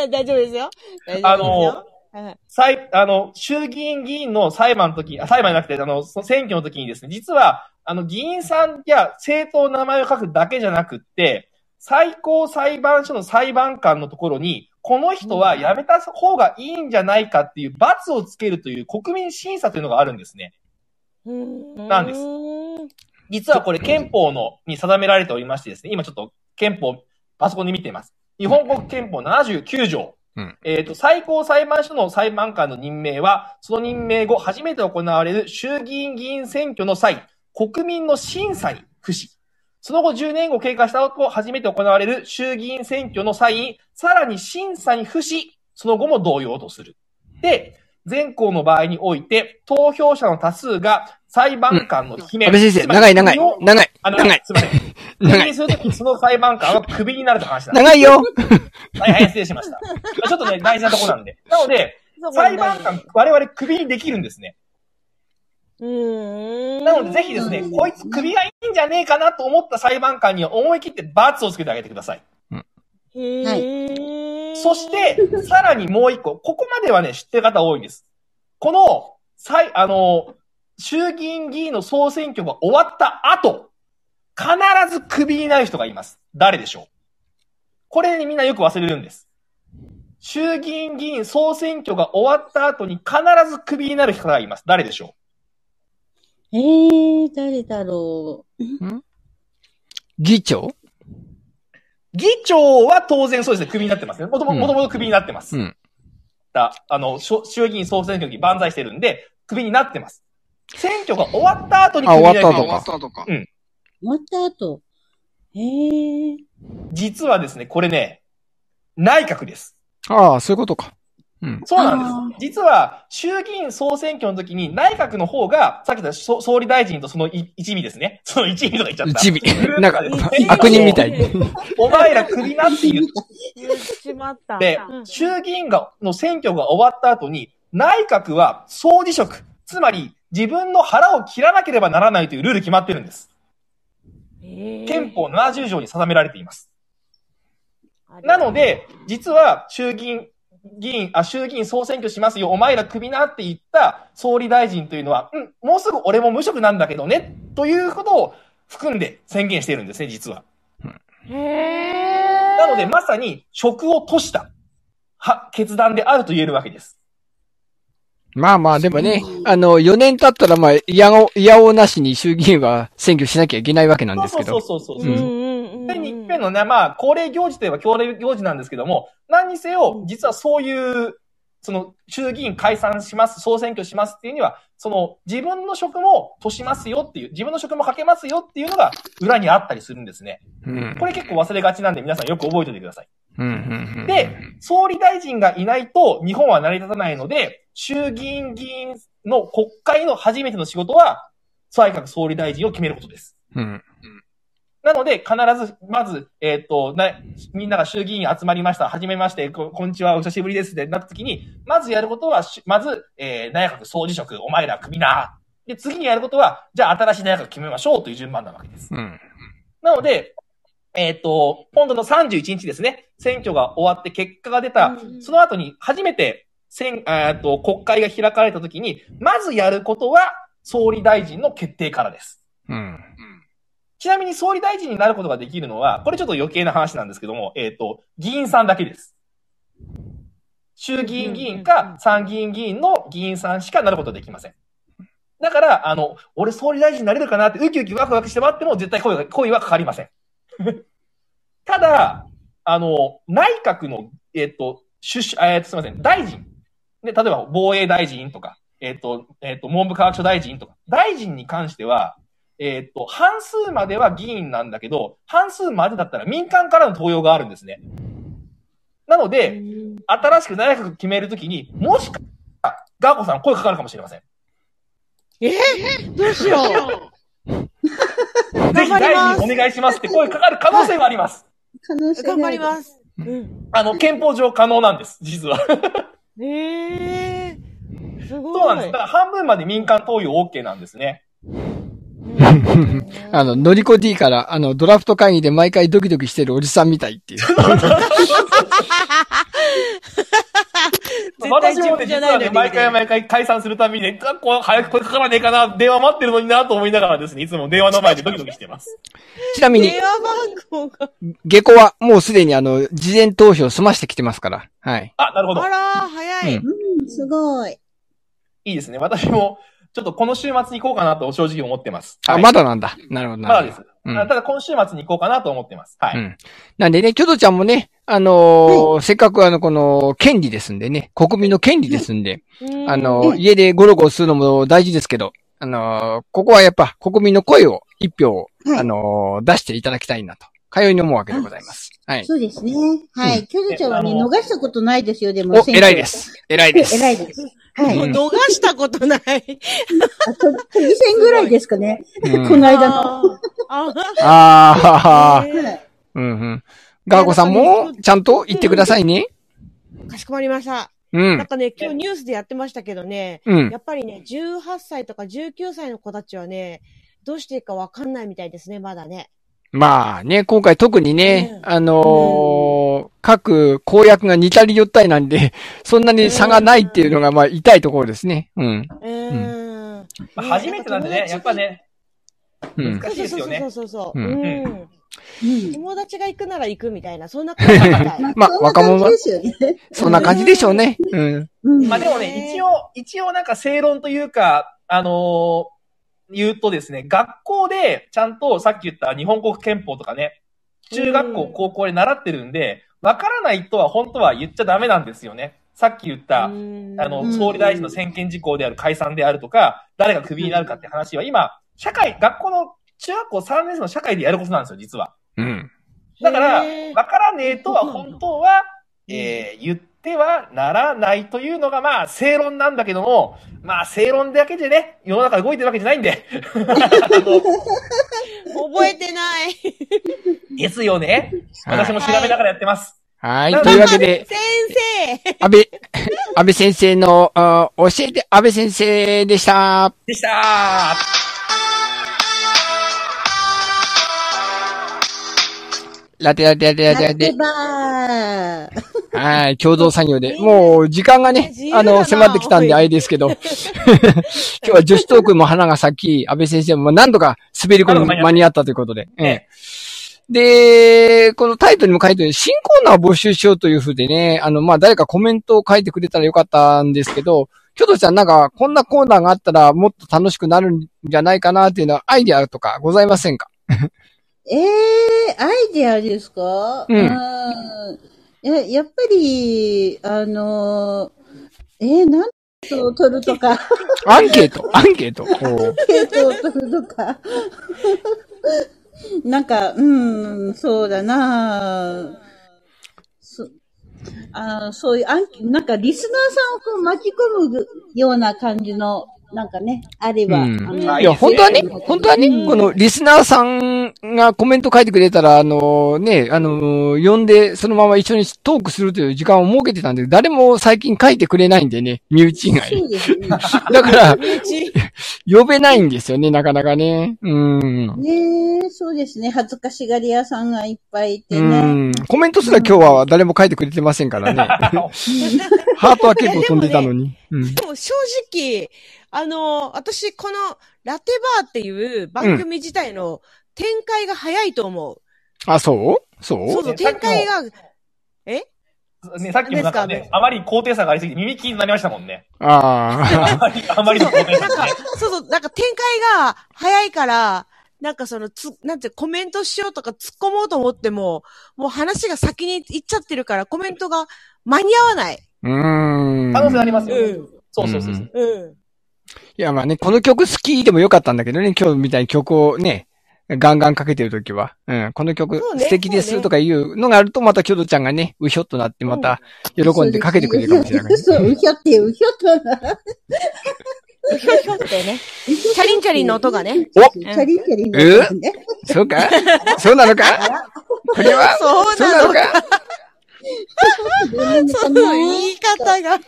大丈夫ですよ。大丈夫ですよ。 あの、裁、あの、衆議院議員の裁判の時、あ、裁判じゃなくて、あの、選挙の時にですね、実は、あの、議員さんや政党の名前を書くだけじゃなくって、最高裁判所の裁判官のところに、この人は辞めた方がいいんじゃないかっていう罰をつけるという国民審査というのがあるんですね。なんです。実はこれ憲法のに定められておりましてですね、今ちょっと憲法パソコンで見ています。日本国憲法ななじゅうきゅう条。うん、えっと、最高裁判所の裁判官の任命は、その任命後初めて行われる衆議院議員選挙の際、国民の審査に付し、その後じゅうねんご経過した後初めて行われる衆議院選挙の際に、さらに審査に付し、その後も同様とする。で、全項の場合において、投票者の多数が裁判官の決める。 安倍先生、長い長い。長い。長い。 すいません。クビにするときにその裁判官はクビになると話なんです。 長いよ。 はいはい、失礼しました。ちょっとね、大事なところなんで。なので、裁判官、我々クビにできるんですね。 うーん。 なので、ぜひですね、こいつクビがいいんじゃねえかなと思った裁判官には思い切って罰をつけてあげてください。 うん、へー。 そして、さらにもう一個、ここまではね、知ってる方多いんです。この、さい、あの、衆議院議員の総選挙が終わった後、必ずクビになる人がいます。誰でしょう？これにみんなよく忘れるんです。衆議院議員総選挙が終わった後に必ずクビになる人がいます。誰でしょう？えー、誰だろう。 ん？議長？ 議長は当然そうですね、クビになってますね。もともと、もともとクビになってます。うん。だ、あの、衆議院総選挙に万歳してるんで、クビになってます。選挙が終わった後にクビになる人がいます。 終わった後か。 うん。 終わった後。へー。 実はですね、これね、内閣です。 ああ、そういうことか。うん。 そうなんです。実は、衆議院総選挙の時に内閣の方が、さっき言った総理大臣とその一味ですね。その一味とか言っちゃった。 一味。なんか、悪人みたい。 お前らクビなって言う。 言っちまった。 で、衆議院が、の選挙が終わった後に、内閣は総辞職。つまり、自分の腹を切らなければならないというルール決まってるんです。憲法ななじゅう条に定められています。なので、実は衆議院議員、あ、衆議院総選挙しますよ、お前らクビなって言った総理大臣というのは、うん、もうすぐ俺も無職なんだけどね、ということを含んで宣言しているんですね、実は。 へー。 なので、まさに職を賭した、は、決断であると言えるわけです。 まあまあ、でもね、あの、よねん経ったら、まあ、いやお、いやおなしに衆議院は選挙しなきゃいけないわけなんですけど。 そうそうそうそうそう。うん。で、一遍のね、まあ、恒例行事といえば恒例行事なんですけども、何にせよ、実はそういう、その、衆議院解散します、総選挙しますっていうには、その、自分の職もとしますよっていう、自分の職もかけますよっていうのが、裏にあったりするんですね。うん。これ結構忘れがちなんで、皆さんよく覚えておいてください。うんうんうん、で、総理大臣がいないと日本は成り立たないので、衆議院議員の国会の初めての仕事は、内閣総理大臣を決めることです。うん、なので、必ず、まず、えっと、な、みんなが衆議院集まりました。はじめまして、こ、こんにちは、お久しぶりですってなった時に、まずやることは、まず、えー、内閣総辞職、お前ら首な。で、次にやることは、じゃあ新しい内閣決めましょうという順番なわけです。うん、なので、えっと、今度のさんじゅういちにちですね、選挙が終わって結果が出た、うん、その後に初めて、選、えっと、国会が開かれた時に、まずやることは、総理大臣の決定からです。うん、ちなみに総理大臣になることができるのは、これちょっと余計な話なんですけども、えっと、議員さんだけです。衆議院議員か参議院議員の議員さんしかなることができません。だから、あの、俺総理大臣になれるかなってウキウキワクワクして待っても絶対声が、声はかかりません。ただ、あの、内閣の、えっと、首相、えっと、すみません、大臣。で、例えば、防衛大臣とか、えっと、えっと、文部科学省大臣とか、大臣に関しては、えっと、半数までは議員なんだけど、半数までだったら民間からの登用があるんですね。なので、新しく内閣決めるときに、もしかしたら、ガーコさん声かかるかもしれません。 えー、どうしよう。 ぜひ大臣お願いしますって声かかる可能性があります。 可能性頑張ります。 うん。 あの、憲法上可能なんです、実は。 ええー、すごい。 そうなんです。だから半分まで民間投与 OK なんですね。 あの、のりこ D から、あの、ドラフト会議で毎回ドキドキしてるおじさんみたいっていう。 私もね、実はね、毎回毎回解散するたびにね、こう早くこれかからねえかな、電話待ってるのになと思いながらですね、いつも電話の前でドキドキしてます。 ちなみに、 電話番号が。 下戸はもうすでにあの、事前投票済ましてきてますから。はい。 あ、なるほど。 あらー、早い。 うん、すごい。 いいですね。私も、ちょっとこの週末に行こうかなと正直思ってます。 あ、はい、まだなんだ。なるほどな。 まだです。 うん、 ただ今週末に行こうかなと思ってます。はい。うん、 なんでね、キョドちゃんもね、あのーはい、せっかくあの、この、権利ですんでね、国民の権利ですんで、はい、あのー、家でゴロゴロするのも大事ですけど、あのー、ここはやっぱ国民の声を、一票を、はい、あのー、出していただきたいなと、かように思うわけでございます。はい。 そうですね。はい。キョドちゃんはね、逃したことないですよ、でも。 お、偉いです。偉いです。 偉いです。はい。 もう逃したことない。 都議選ぐらいですかね。うん、この間の。 ああ、うんうん。ガーゴさんもちゃんと言ってくださいね。 かしこまりました。 うん。 なんかね、今日ニュースでやってましたけどね、 うん、 やっぱりね、じゅうはっさいとかじゅうきゅうさいの子たちはね、どうしていいかわかんないみたいですね、まだね。 まあね、今回特にね、うん、あのーうん、各公約が似たり寄ったりなんで、そんなに差がないっていうのがまあ痛いところですね。うん。 うん。 まあ、初めてなんでね、やっぱね、難しいですよね。 そうそうそうそう。 うん。 うんうん、友達が行くなら行くみたいな、そんな感じみたい。 まあ、若者は、そんな感じでしょうね。うん。 まあでもね、一応、一応なんか正論というか、あのー、言うとですね、学校でちゃんとさっき言った日本国憲法とかね、中学校、高校で習ってるんで、わからないとは本当は言っちゃダメなんですよね。さっき言った、あの、総理大臣の専権事項である解散であるとか、誰がクビになるかって話は今、社会、学校の中学校さんねん生の社会でやることなんですよ、実は。 うん。 だから、わからねえとは本当は、えー、言ってはならないというのが、まあ、正論なんだけども、まあ、正論だけでね、世の中動いてるわけじゃないんで。 覚えてない。 ですよね。私も調べながらやってます。 はい。はい、というわけで、 先生安倍、安倍先生の、教えて安倍先生でした。 でしたー。 ラテラテラテラテラテ。 ラテバー。 はい、共同作業で。もう、時間がね、あの、迫ってきたんで、あれですけど。今日は女子トークも花が咲き、安倍先生も何度か滑り込み間に合ったということで。ええ、で、このタイトルにも書いてある、新コーナーを募集しようというふうでね、あの、まあ、誰かコメントを書いてくれたらよかったんですけど、キョドちゃんなんか、こんなコーナーがあったらもっと楽しくなるんじゃないかなっていうのは、アイデアとかございませんか？ ええー、アイデアですか？ うん。 や, やっぱり、あのー、えー、何を取るとか。 アンケート、アンケート。 アンケートを取るとか。なんか、うん、そうだなそあそういうアンケ、なんかリスナーさんをこう巻き込むような感じの、なんかね、あれば。うん、 いや、本当はね、本当はね、うん、このリスナーさんがコメント書いてくれたら、あのね、あの呼んで、そのまま一緒にトークするという時間を設けてたんで、誰も最近書いてくれないんでね、身内以外。そうですね。だから、呼べないんですよね、なかなかね。うん。 ねえ、そうですね、恥ずかしがり屋さんがいっぱいいてね。うん。 コメントすら今日は誰も書いてくれてませんからね。ハートは結構飛んでたのに。 でも、ねうん、でも正直、あの、私、この、ラテバーっていう番組自体の展開が早いと思う。 うん、あ、そうそうそうそう、展開が、えね、さっきもなんかね、あまり高低差がありすぎて耳キーになりましたもんね。 ああ。あまり、あまりの高低差、ね。 なんか、そうそう、なんか展開が早いから、なんかその、つ、なんてコメントしようとか突っ込もうと思っても、もう話が先に行っちゃってるからコメントが間に合わない。 うーん。 可能性ありますよね。うん、そうそうそうそう。 うん。 いや、まあね、この曲好きでもよかったんだけどね、今日みたいに曲をね、ガンガンかけてるときは。うん、この曲素敵ですとかいうのがあると、またキョドちゃんがね、うひょっとなってまた、喜んでかけてくれるかもしれない、ね。 そう、うひょって、うひょっとな。 うひょひょってね。チャリンチャリンの音がね。 おチャリンチャリンの音がね。 そうかそうなのかこれはそうなのかその言い方が。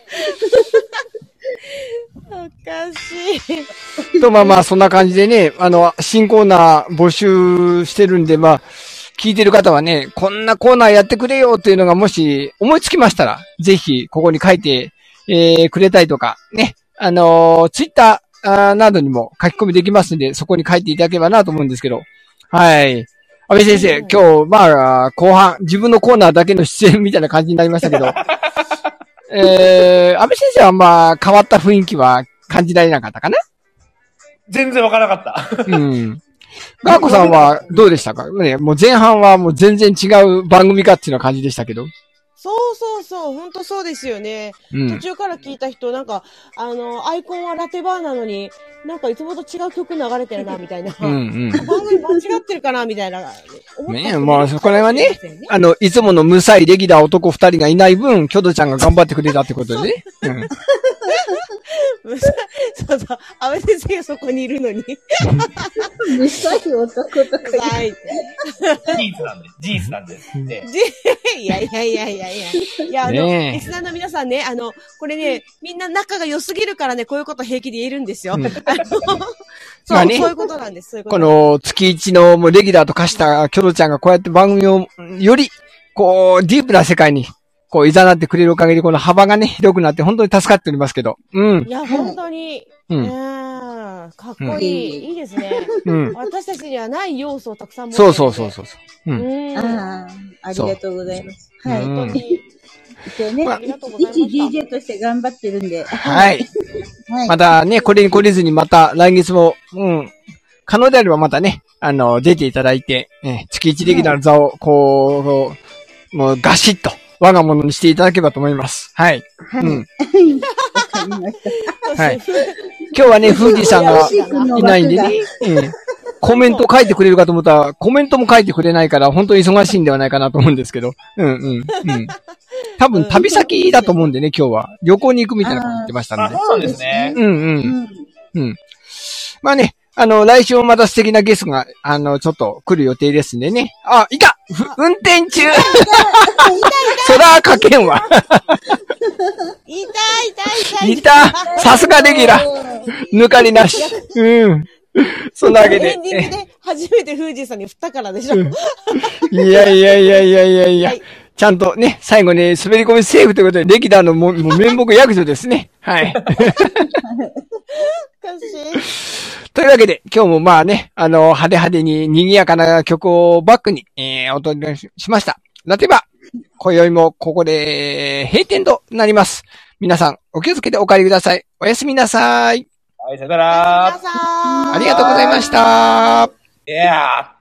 おかしい。 と、まあまあ、そんな感じでね、あの、新コーナー募集してるんで、まあ、聞いてる方はね、こんなコーナーやってくれよっていうのがもし思いつきましたら、ぜひ、ここに書いて、えー、くれたりとか、ね、あのー、ツイッターなどにも書き込みできますんで、そこに書いていただければなと思うんですけど、はい。安倍先生、今日、まあ、後半、自分のコーナーだけの出演みたいな感じになりましたけど、えー、安倍先生はまあ、変わった雰囲気は感じられなかったかな？ 全然わからなかった。 うん。ガーコさんはどうでしたかね、もう前半はもう全然違う番組かっていうような感じでしたけど。 そうそうそう、ほんとそうですよね。 うん、 途中から聞いた人、なんか、あの、アイコンはラテバーなのに、なんかいつもと違う曲流れてるな、みたいな。 うんうん。 番組間違ってるかな、みたいな。 ねえ、まあ、そこら辺はね、あの、いつもの無才レギュラー男二人がいない分、キョドちゃんが頑張ってくれたってことでね。うん。 そうそう、安倍先生がそこにいるのに。 無才男とか。 はい。 事実なんで、事実なんで。ね、 いやいやいやいやいや。いや、あの、リスナーの皆さんね、あの、これね、みんな仲が良すぎるからね、こういうこと平気で言えるんですよ。うん、あのそう、ね、そういうことなんです。そういうことこの月一のもうレギュラーと化したキョドちゃんがこうやって番組をより、こう、ディープな世界に、こう、誘ってくれるおかげで、この幅がね、広くなって、本当に助かっておりますけど。うん。 いや、本当に。うん。かっこいい。うん、いいですね。うん。私たちにはない要素をたくさん持ってる。 そうそうそうそう。 うん。ああ、ありがとうございます。はい。本当に。一応ね、まあ、一 ディージェー として頑張ってるんで。 はい。はい、またね、これに懲りずにまた来月も、うん。可能であればまたね、あの、出ていただいて、ね、月一レギュラーの座を、こう、こうもうガシッと。我が物にしていただければと思います。はい。はい。うん。わかりました。はい。今日はね、フーディさんがいないんでね、うん。コメント書いてくれるかと思ったら、コメントも書いてくれないから、本当に忙しいんではないかなと思うんですけど。うんうん。うん。多分旅先だと思うんでね、今日は。旅行に行くみたいなこと言ってましたんで。 そうですね。 うんうん。うん。まあね、あの、来週もまた素敵なゲストが、あの、ちょっと来る予定ですんでね。あ、いた運転中そらかけんわ。 いたいたいたいたさすがレギュラー抜かりなし。うん。そんなわけで。 エンディングで初めてフージーさんに振ったからでしょ。うん、 いやいやいやいやいやいや。はい、ちゃんとね、最後ね、滑り込みセーフということで、レギュラーのもも面目躍如ですね。はい。というわけで、今日もまあね、あの、派手派手に賑やかな曲をバックに、えー、お届けしました。例えば、今宵もここで閉店となります。皆さん、お気をつけてお帰りください。おやすみなさい。 はい、さよなら。 おやすみなさい。 ありがとうございました。 いやー。